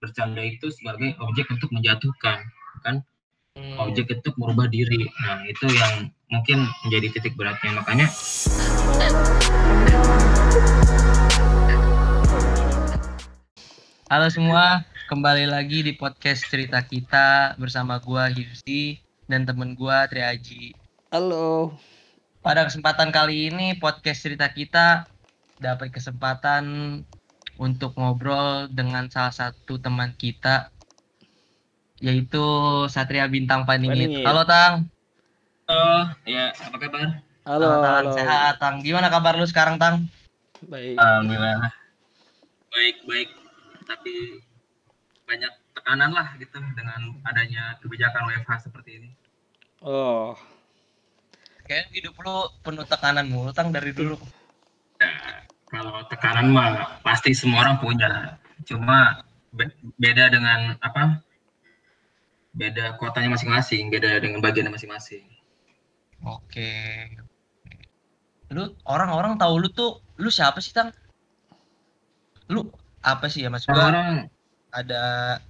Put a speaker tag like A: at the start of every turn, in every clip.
A: bercanda itu sebagai objek untuk menjatuhkan, kan? Objek untuk merubah diri. Nah, itu yang mungkin menjadi titik beratnya. Makanya
B: halo semua, kembali lagi di podcast cerita kita bersama gua Hifzi dan temen gua Triaji.
C: Halo.
B: Pada kesempatan kali ini podcast cerita kita dapat kesempatan untuk ngobrol dengan salah satu teman kita, yaitu Satria Bintang Paningit. Halo Tang.
A: ya apa kabar?
C: Halo,
B: Tang,
C: halo.
B: sehat Tang. Gimana kabar lu sekarang Tang?
C: Baik.
A: Alhamdulillah. Baik. Tapi banyak tekanan lah gitu dengan adanya kebijakan WFH seperti ini.
C: Oh.
B: Kayaknya hidup lu penuh tekanan mulu Tang dari dulu.
A: Ya, kalau tekanan mah pasti semua orang punya. Cuma beda dengan beda kotanya masing-masing, beda dengan bagiannya masing-masing.
B: Oke. Lu orang-orang tahu lu siapa sih Tang? Lu apa sih ya mas gua?
A: Orang
B: ada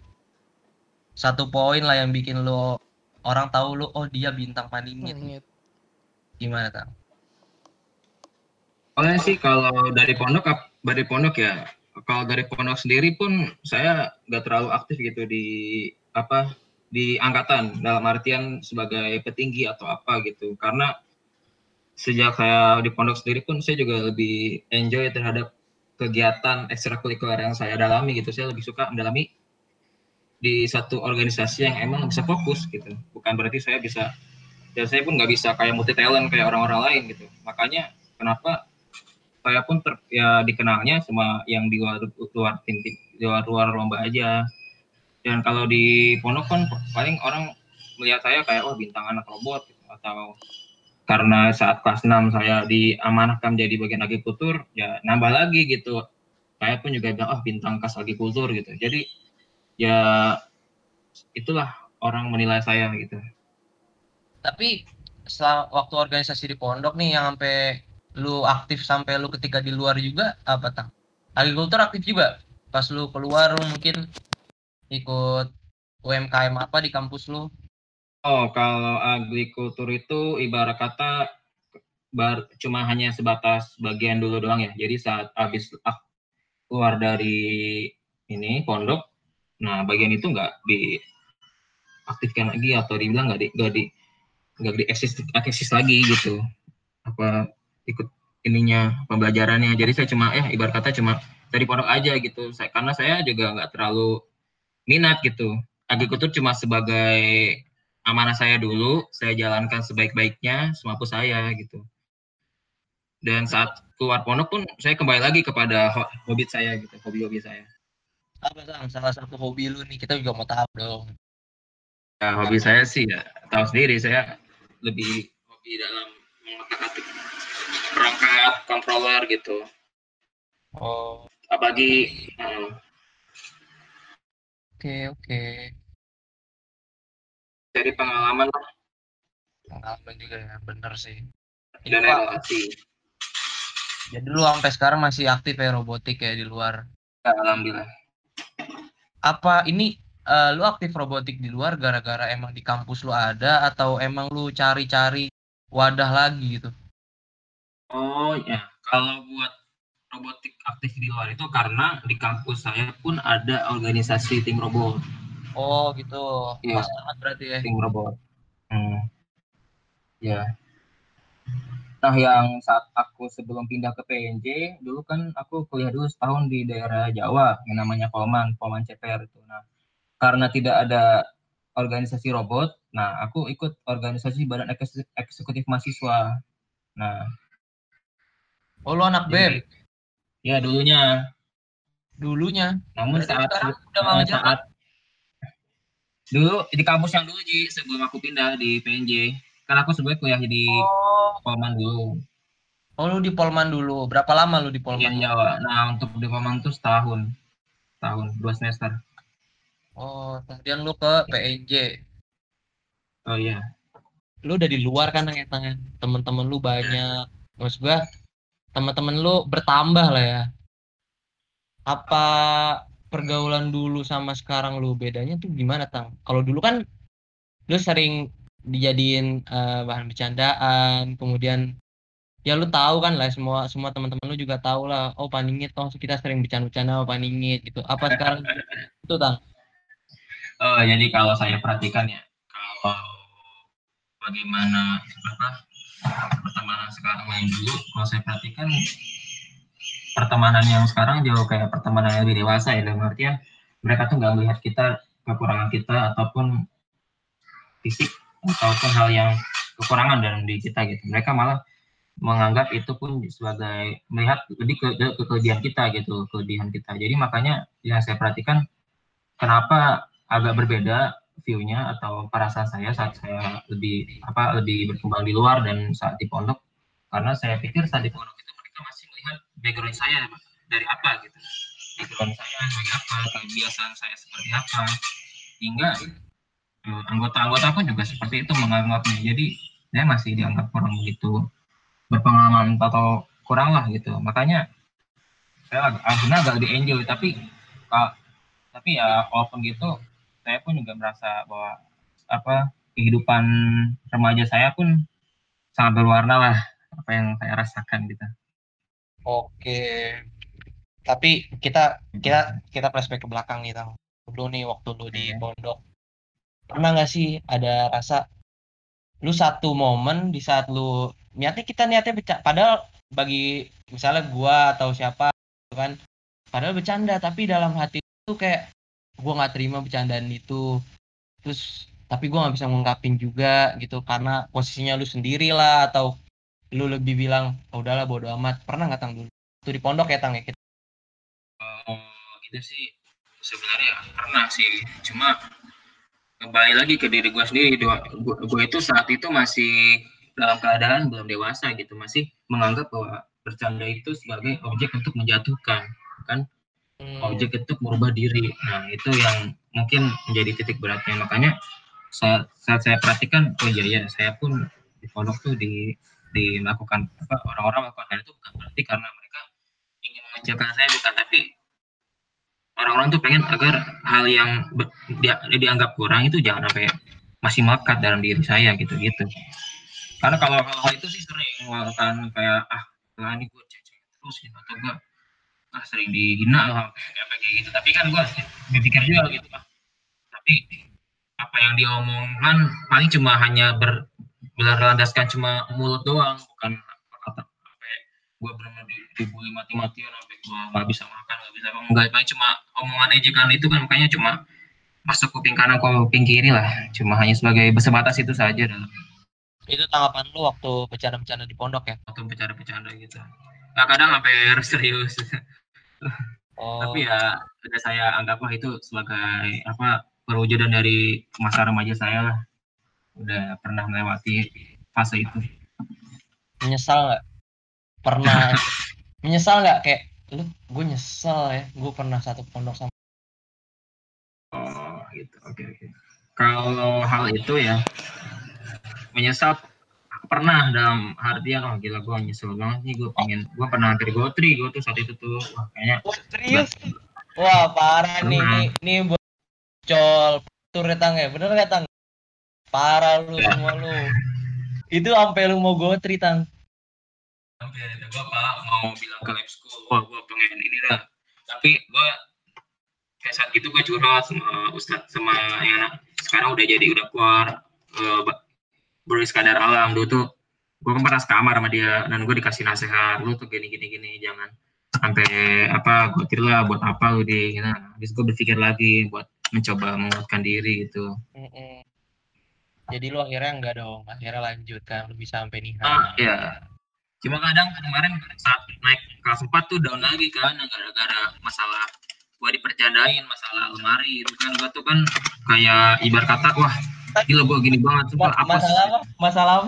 B: satu poin lah yang bikin lu orang tahu lu, oh dia Bintang Paningit. Gimana Tang?
A: Soalnya sih kalau dari pondok ya, kalau dari pondok sendiri pun saya nggak terlalu aktif gitu di angkatan, dalam artian sebagai petinggi atau apa gitu. Karena sejak saya di pondok sendiri pun saya juga lebih enjoy terhadap kegiatan ekstrakurikuler yang saya dalami gitu. Saya lebih suka mendalami di satu organisasi yang emang bisa fokus gitu. Bukan berarti saya pun nggak bisa kayak multi talent kayak orang-orang lain gitu. Makanya kenapa saya pun dikenalnya sama yang di luar lomba aja. Dan kalau di pondok kan paling orang melihat saya kayak bintang anak robot gitu. Atau karena saat kelas 6 saya diamanahkan jadi bagian agrikultur, ya nambah lagi gitu. Saya pun juga bilang bintang kas agrikultur gitu. Jadi ya itulah orang menilai saya gitu.
B: Tapi waktu organisasi di pondok nih yang sampai lu aktif sampai lu ketika di luar juga apa Tang? Agrikultur aktif juga? Pas lu keluar lu mungkin ikut UMKM apa di kampus lu?
A: Oh, kalau agrikultur itu ibarat kata cuma hanya sebatas bagian dulu doang ya. Jadi saat habis keluar dari ini pondok, nah bagian itu nggak diaktifkan lagi atau dibilang nggak di eksis lagi gitu. Apa ikut ininya pembelajarannya. Jadi saya cuma ibarat kata cuma dari pondok aja gitu. Karena saya juga nggak terlalu minat gitu. Agrikultur cuma sebagai amanah saya dulu, saya jalankan sebaik-baiknya semampu saya gitu. Dan saat keluar pondok pun saya kembali lagi kepada hobi saya gitu, hobi saya.
B: Apa Tang? Salah satu hobi lu nih, kita juga mau tahu dong.
A: Ya, hobi saya sih ya tahu sendiri, saya lebih hobi dalam mengotak-atik perangkat controller gitu.
B: Oh.
A: Apalagi
B: Oke.
A: dari pengalaman lah.
B: Pengalaman juga ya, bener sih.
A: Dan evaluasi.
B: Jadi lu sampai sekarang masih aktif ya robotik ya di luar?
A: Ya, alhamdulillah.
B: Apa ini lu aktif robotik di luar gara-gara emang di kampus lu ada atau emang lu cari-cari wadah lagi gitu?
A: Oh ya, kalau buat robotik aktif di luar itu karena di kampus saya pun ada organisasi tim robot.
B: Oh gitu,
A: ya,
B: pas banget berarti ya.
A: Tim robot. Ya. Nah, yang saat aku sebelum pindah ke PNJ, dulu kan aku kuliah dulu setahun di daerah Jawa yang namanya Polman CPR itu. Nah, karena tidak ada organisasi robot, nah aku ikut organisasi Badan Eksekutif Mahasiswa. Nah,
B: Oh lu anak BEM?
A: Ya dulunya. Namun saat dulu di kampus yang dulu sebelum aku pindah di PNJ, kan aku sebenarnya kuliah di Polman dulu.
B: Oh lu di Polman dulu, berapa lama lu di Polman?
A: Jawa. Nah untuk di Polman tuh setahun 2 semester.
B: Oh kemudian lu ke PNJ.
A: Oh iya.
B: Lu udah di luar kan ya temen-temen lu banyak, maksud gua temen-temen lu bertambah lah ya. Apa pergaulan dulu sama sekarang lu bedanya tuh gimana, Tang? Kalau dulu kan lu sering dijadiin bahan bercandaan, kemudian ya lu tahu kan lah, semua semua teman-teman lu juga tahu lah, oh Paningit, oh kita sering bercanda-bercanda sama Paningit gitu. Apa sekarang itu, Tang?
A: Jadi kalau saya perhatikan ya, kalau bagaimana apa pertemanan sekarang main dulu, kalau saya perhatikan pertemanan yang sekarang jauh kayak pertemanan yang lebih dewasa ya, dalam artian mereka tuh nggak melihat kita kekurangan kita ataupun fisik ataupun hal yang kekurangan dalam diri kita gitu. Mereka malah menganggap itu pun sebagai melihat lebih ke kelebihan kita gitu, kelebihan kita. Jadi makanya yang saya perhatikan kenapa agak berbeda view-nya atau perasaan saya saat saya lebih berkembang di luar dan saat di pondok, karena saya pikir saat di pondok itu mereka masih melihat background saya dari apa gitu, background saya sebagai apa, kebiasaan saya seperti apa, hingga anggota-anggota pun juga seperti itu menganggapnya. Jadi saya masih dianggap kurang begitu berpengalaman atau kurang lah gitu. Makanya saya akhirnya agak lebih enjoy, tapi ya walaupun gitu saya pun juga merasa bahwa kehidupan remaja saya pun sangat berwarna lah, apa yang saya rasakan gitu.
B: Oke. Tapi kita flashback ke belakang nih, Tang. Dulu nih waktu lu di pondok, pernah nggak sih ada rasa lu satu momen di saat lu niatnya padahal bagi misalnya gua atau siapa gitu kan, padahal bercanda, tapi dalam hati itu kayak gua nggak terima bercandaan itu, terus tapi gua nggak bisa ngungkapin juga gitu karena posisinya lu sendiri lah, atau lu lebih bilang oh, udahlah bodo amat. Pernah nggak, Tang, dulu itu di pondok ya, Tang, ya?
A: Gitu sih sebenarnya pernah sih, cuma kembali lagi ke diri gue sendiri. Gue itu saat itu masih dalam keadaan belum dewasa gitu, masih menganggap bahwa bercanda itu sebagai objek untuk menjatuhkan, kan, objek untuk merubah diri. Nah itu yang mungkin menjadi titik beratnya. Makanya saat saya perhatikan, oh iya saya pun di pondok tuh melakukan orang-orang melakukan hal itu bukan berarti karena mereka ingin mengecilkan saya, bukan, tapi orang-orang tuh pengen agar hal yang dianggap kurang itu jangan sampai masih melekat dalam diri saya gitu. Karena kalau itu sih sering melakukan kayak ini gue cecek terus gitu, atau gue sering dihina lah kayak gitu. Tapi kan gue berpikir juga gitu, tapi apa yang diomongkan paling cuma hanya berlandaskan cuma mulut doang, bukan kata gue benar-benar dibully mati-matian sampai gue nggak bisa makan, nggak paling cuma omongan aja kan. Itu kan makanya cuma masuk kuping kanan kuping kiri lah, cuma hanya sebagai sebatas itu saja dalam.
B: Itu tanggapan lu waktu bercanda-bercanda di pondok ya?
A: Waktu bercanda gitu. Nah, kadang sampai serius. Tapi ya sudah saya anggaplah itu sebagai perwujudan dari masa remaja saya lah. Udah pernah melewati fase itu.
B: Menyesal nggak? Pernah menyesal nggak kayak gue nyesel ya gue pernah satu pondok sama.
A: Oh gitu, oke. Kalau hal itu ya menyesal pernah, dalam artian gila gue nyesel banget nih, gue pernah hampir gotri gue tuh saat itu tuh. Wah kayaknya
B: serius? Wah parah nih buat col tur ya, Tang, ya? Bener nggak, Tang? Parah lu semua lu. Itu sampai lu mau gotri, Tang.
A: Hampir itu gue mau bilang ke lab school, wah gue pengen ini dah, tapi gue kayak saat itu gue curhat sama Ustadz, sama yang sekarang udah keluar Bro Iskandar Alam. Dulu tuh gue kan pernah sekamar sama dia dan gue dikasih nasihat, lu tuh gini jangan sampai gotri lah, buat apa lu di gitu. Habis gue berpikir lagi buat mencoba menguatkan diri gitu.
B: Jadi lu akhirnya enggak dong, akhirnya lanjut kan, lu bisa sampai nih.
A: Iya. Cuma kadang kemarin saat naik kelas 4 tuh down lagi kan, gara-gara masalah gue dipercandain masalah lemari itu kan. Gue tuh kan kayak ibarat kata, wah gila gue gini banget.
B: Masalah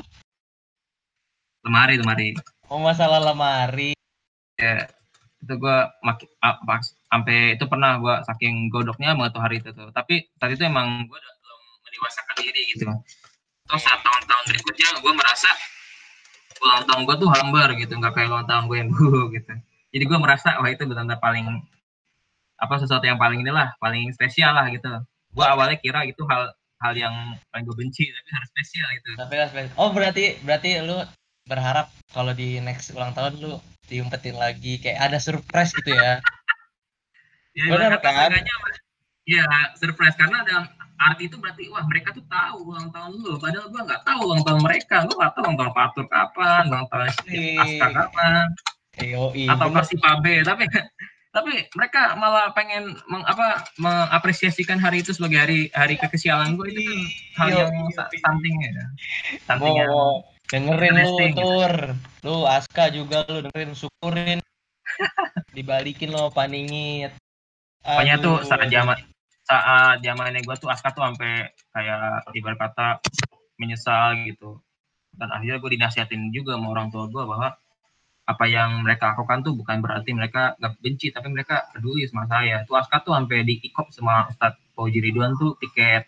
A: lemari.
B: Oh, masalah lemari.
A: Ya, itu gue sampai itu pernah gue saking godoknya banget tuh hari itu tuh. Tapi saat itu emang gue belum mendewasakan diri gitu. Terus saat tahun-tahun berikutnya gue merasa ulang tahun gue tuh hambar gitu, nggak kayak ulang tahun gue yang dulu gitu. Jadi gue merasa wah itu benar-benar paling apa sesuatu yang paling inilah, paling spesial lah gitu. Gue awalnya kira itu hal yang paling gue benci, tapi harus spesial gitu.
B: Oh, berarti lu berharap kalau di next ulang tahun lu diumpetin lagi kayak ada surprise gitu ya.
A: Ya
B: Bener
A: kata
B: kan?
A: seenggaknya ya surprise, karena dalam arti itu berarti wah mereka tuh tahu ulang tahun lu, padahal gue nggak tahu ulang tahun mereka. Gue nggak tahu ulang tahun Fatur kapan, ulang tahun Aska kapan, atau
B: Bener.
A: kasih Pabe, tapi mereka malah pengen mengapresiasikan hari itu sebagai hari kekesialan gue. Itu kan hal yang something ya, something yang
B: Mau dengerin lu
A: interesting gitu.
B: tur. Lu Aska juga lu dengerin, syukurin. Dibalikin lo paningit.
A: Pokoknya tuh saat
B: Aduh.
A: zamannya gue tuh Aska tuh sampai kayak ibarat kata menyesal gitu. Dan akhirnya gue dinasihatin juga sama orang tua gue bahwa apa yang mereka lakukan tuh bukan berarti mereka gak benci, tapi mereka peduli sama saya. Tuh Aska tuh sampai di ikop sama Ustadz Fauzi Ridwan tuh tiket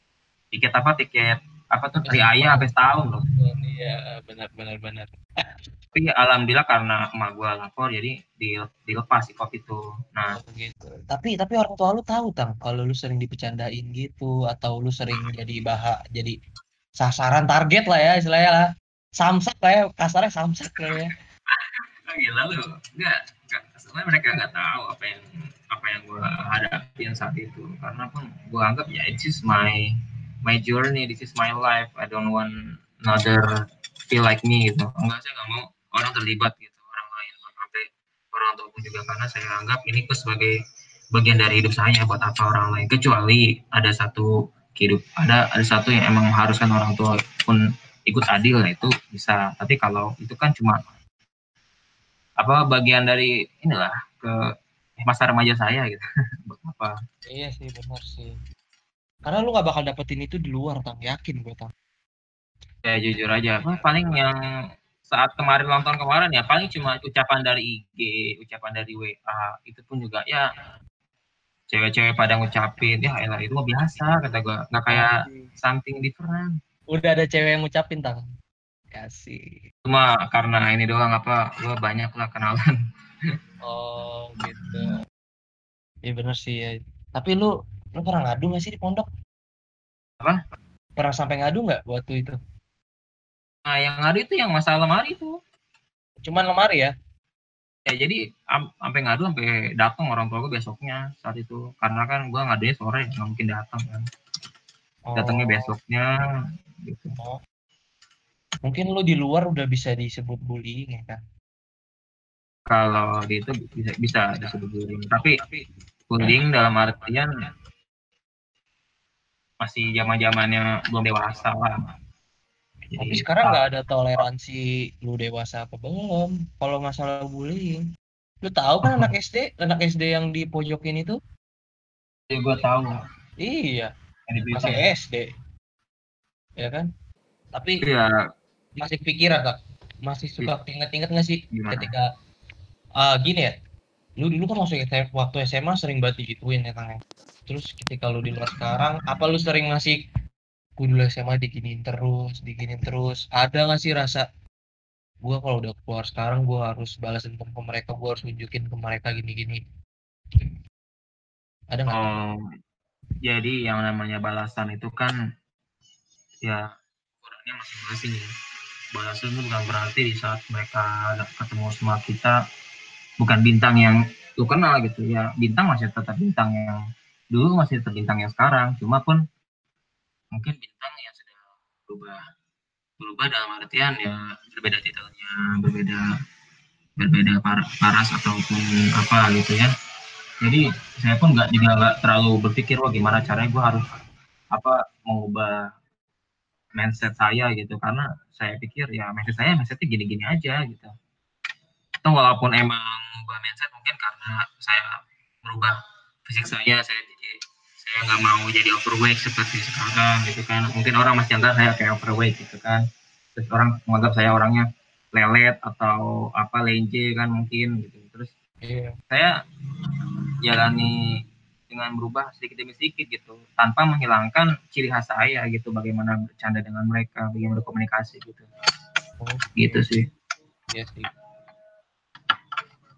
A: apa tuh ayah sampai setahun loh.
B: Iya, benar.
A: Tapi alhamdulillah karena emak gue lapor jadi dilepas ikop itu. Nah,
B: Gitu. Tapi orang tua lu tahu tang kalau lu sering dipecandain gitu atau lu sering jadi sasaran target lah ya istilahnya lah. Samsak lah ya, kasarnya samsak lah ya.
A: gila lu. Enggak, sebenarnya mereka nggak tahu apa yang gue hadapin saat itu, karena pun gue anggap ya it is my journey, this is my life, I don't want another feel like me gitu. Enggak, saya nggak mau orang terlibat gitu, orang lain sampai orang tua pun juga, karena saya anggap ini pun sebagai bagian dari hidup saya. Buat apa orang lain, kecuali ada satu yang emang mengharuskan orang tua pun ikut adil, nah itu bisa. Tapi kalau itu kan cuma bagian dari inilah ke masa remaja saya gitu. Buat apa?
B: Iya sih, benar sih. Karena lu nggak bakal dapetin itu di luar tang, yakin gue tang.
A: Ya jujur aja, paling yang saat kemarin ulang tahun kemarin ya paling cuma ucapan dari IG, ucapan dari WA, itu pun juga ya cewek-cewek pada ngucapin, ya elah itu mah biasa kata gue, nggak kayak something different.
B: Udah ada cewek yang ngucapin tang. Kasih.
A: Cuma karena ini doang gue banyak lah kenalan.
B: Oh gitu. Iya bener sih ya. Tapi lu pernah ngadu nggak sih di pondok?
A: Apa?
B: Pernah sampai ngadu nggak waktu itu?
A: Nah yang ada itu yang masalah lemari itu.
B: Cuman lemari ya?
A: Ya jadi sampai ngadu, sampai datang orang tua gue besoknya saat itu, karena kan gue ngadunya sore nggak mungkin datang kan, datangnya besoknya gitu.
B: Mungkin lu di luar udah bisa disebut bullying ya kan?
A: Kalau di itu bisa disebut bullying, tapi bullying dalam artian masih zamannya belum dewasa lah.
B: Tapi
A: Jadi
B: sekarang nggak ada toleransi lu dewasa apa belum kalau masalah bullying. Lu tahu kan anak SD yang di pojokin itu?
A: gue tahu
B: Iya, masih SD. Ya kan? Tapi
A: ya.
B: masih pikiran tak? Masih suka inget-inget nggak sih
A: Gimana?
B: ketika gini ya? Lu dulu kan waktu SMA sering banget digituin ya Kang. Terus ketika lu di luar sekarang, apa lu sering masih dulu SMA diginiin terus? Ada nggak sih rasa gua kalau udah keluar sekarang gua harus balas dendam ke mereka, gua harus nunjukin ke mereka gini-gini? Ada nggak?
A: Jadi yang namanya balasan itu kan ya orangnya masing-masing ya. Balasan itu bukan berarti di saat mereka ketemu sama kita bukan bintang yang lu kenal gitu ya. Bintang masih tetap bintang yang dulu, masih tetap bintang yang sekarang, cuma pun mungkin bintang yang sudah berubah dalam artian ya berbeda titelnya, berbeda paras ataupun apa gitu ya. Jadi saya pun nggak terlalu berpikir wah gimana caranya gue harus mengubah mindset saya gitu, karena saya pikir ya mindsetnya gini-gini aja gitu. Atau walaupun emang mengubah mindset mungkin karena saya merubah fisik saya nggak mau jadi overweight seperti sekarang gitu kan. Mungkin orang masih anggap saya kayak overweight gitu kan, terus orang menganggap saya orangnya lelet atau lenje kan mungkin gitu. Terus saya jalani dengan berubah sedikit demi sedikit gitu, tanpa menghilangkan ciri khas saya gitu, bagaimana bercanda dengan mereka, bagaimana berkomunikasi gitu. Gitu sih.
B: Iya sih.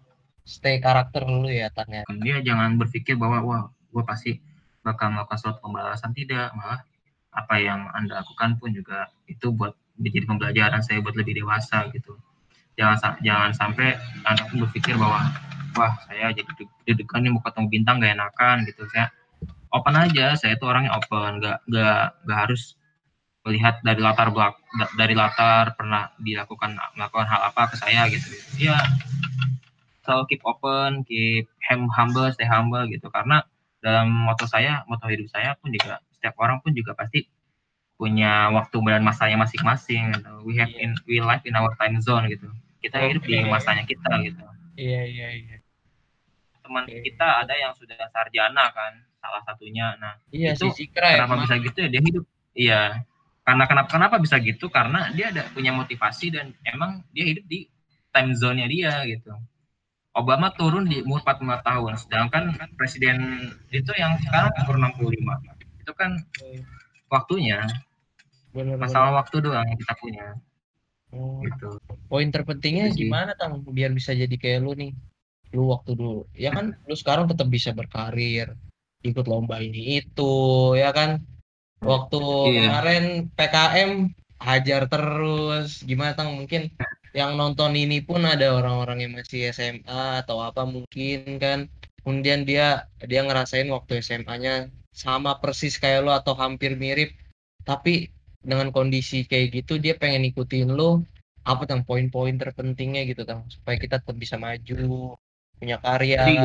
B: stay karakter dulu ya Tan ya.
A: Dia jangan berpikir bahwa wah gue pasti bakal melakukan suatu pembalasan, tidak, malah apa yang Anda lakukan pun juga itu buat menjadi pembelajaran saya buat lebih dewasa gitu. Jangan sampai Anda pun berpikir bahwa wah saya jadi deg-degan nih mau ketemu bintang gak enakan gitu. Saya open aja, saya itu orangnya open, nggak harus melihat dari latar pernah melakukan hal apa ke saya gitu. Ya selalu keep open, keep humble, stay humble gitu. Karena dalam moto hidup saya pun juga setiap orang pun juga pasti punya waktu dan masanya masing-masing gitu. We live in our time zone gitu. Kita hidup di masanya kita gitu.
B: Iya.
A: Teman kita ada yang sudah sarjana kan, salah satunya. Nah, itu
B: si Sikra
A: kenapa bisa gitu ya, dia hidup. Iya. Karena kenapa bisa gitu? Karena dia ada punya motivasi dan emang dia hidup di time zone-nya dia gitu. Obama turun di umur 45 tahun, sedangkan presiden itu yang sekarang umur 65. Itu kan waktunya, masalah waktu doang yang kita punya. Gitu.
B: Poin terpentingnya
A: Gitu sih.
B: gimana Tang biar bisa jadi kayak lu nih? Lu waktu dulu, ya kan lu sekarang tetap bisa berkarir, ikut lomba ini itu, ya kan? Waktu kemarin PKM hajar terus, gimana Tang? Mungkin yang nonton ini pun ada orang-orang yang masih SMA atau apa mungkin kan. Kemudian dia ngerasain waktu SMA-nya sama persis kayak lo atau hampir mirip, tapi dengan kondisi kayak gitu dia pengen ikutin lo. Apa Tang poin-poin terpentingnya gitu Tang supaya kita tetap bisa maju, punya karya.
A: Jadi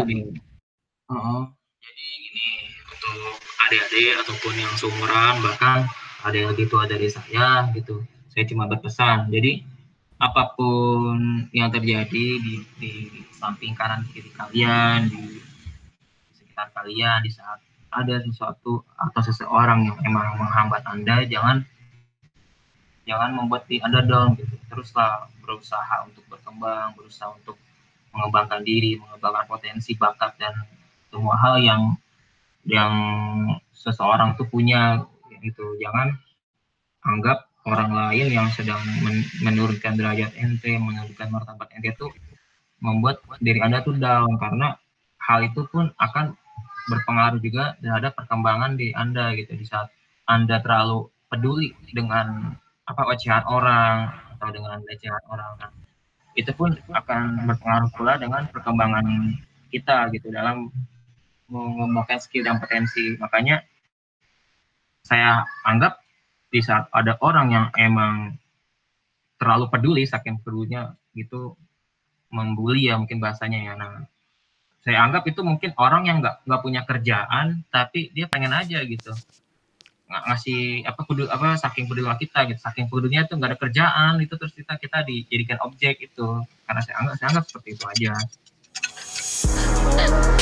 A: gini, untuk adik-adik ataupun yang seumuran, bahkan ada yang lebih tua dari saya gitu, saya cuma berpesan, jadi apapun yang terjadi di samping kanan kiri kalian, di sekitar kalian, di saat ada sesuatu atau seseorang yang emang menghambat Anda, jangan membuat Anda down gitu. Teruslah berusaha untuk berkembang, berusaha untuk mengembangkan diri, mengembangkan potensi, bakat, dan semua hal yang seseorang tuh punya gitu. Jangan anggap orang lain yang sedang menurunkan derajat ente, menurunkan martabat ente tuh membuat diri Anda tuh down, karena hal itu pun akan berpengaruh juga terhadap perkembangan di Anda gitu. Di saat Anda terlalu peduli dengan ocehan orang atau dengan lecehan orang, nah, itu pun akan berpengaruh pula dengan perkembangan kita gitu dalam mengembangkan skill dan potensi. Makanya saya anggap di saat ada orang yang emang terlalu peduli, saking pedulinya gitu, membuli ya mungkin bahasanya ya. Nah, saya anggap itu mungkin orang yang nggak punya kerjaan, tapi dia pengen aja gitu ngasih saking peduli kita gitu, saking pedulinya itu nggak ada kerjaan itu, terus kita dijadikan objek itu. Karena saya anggap seperti itu aja.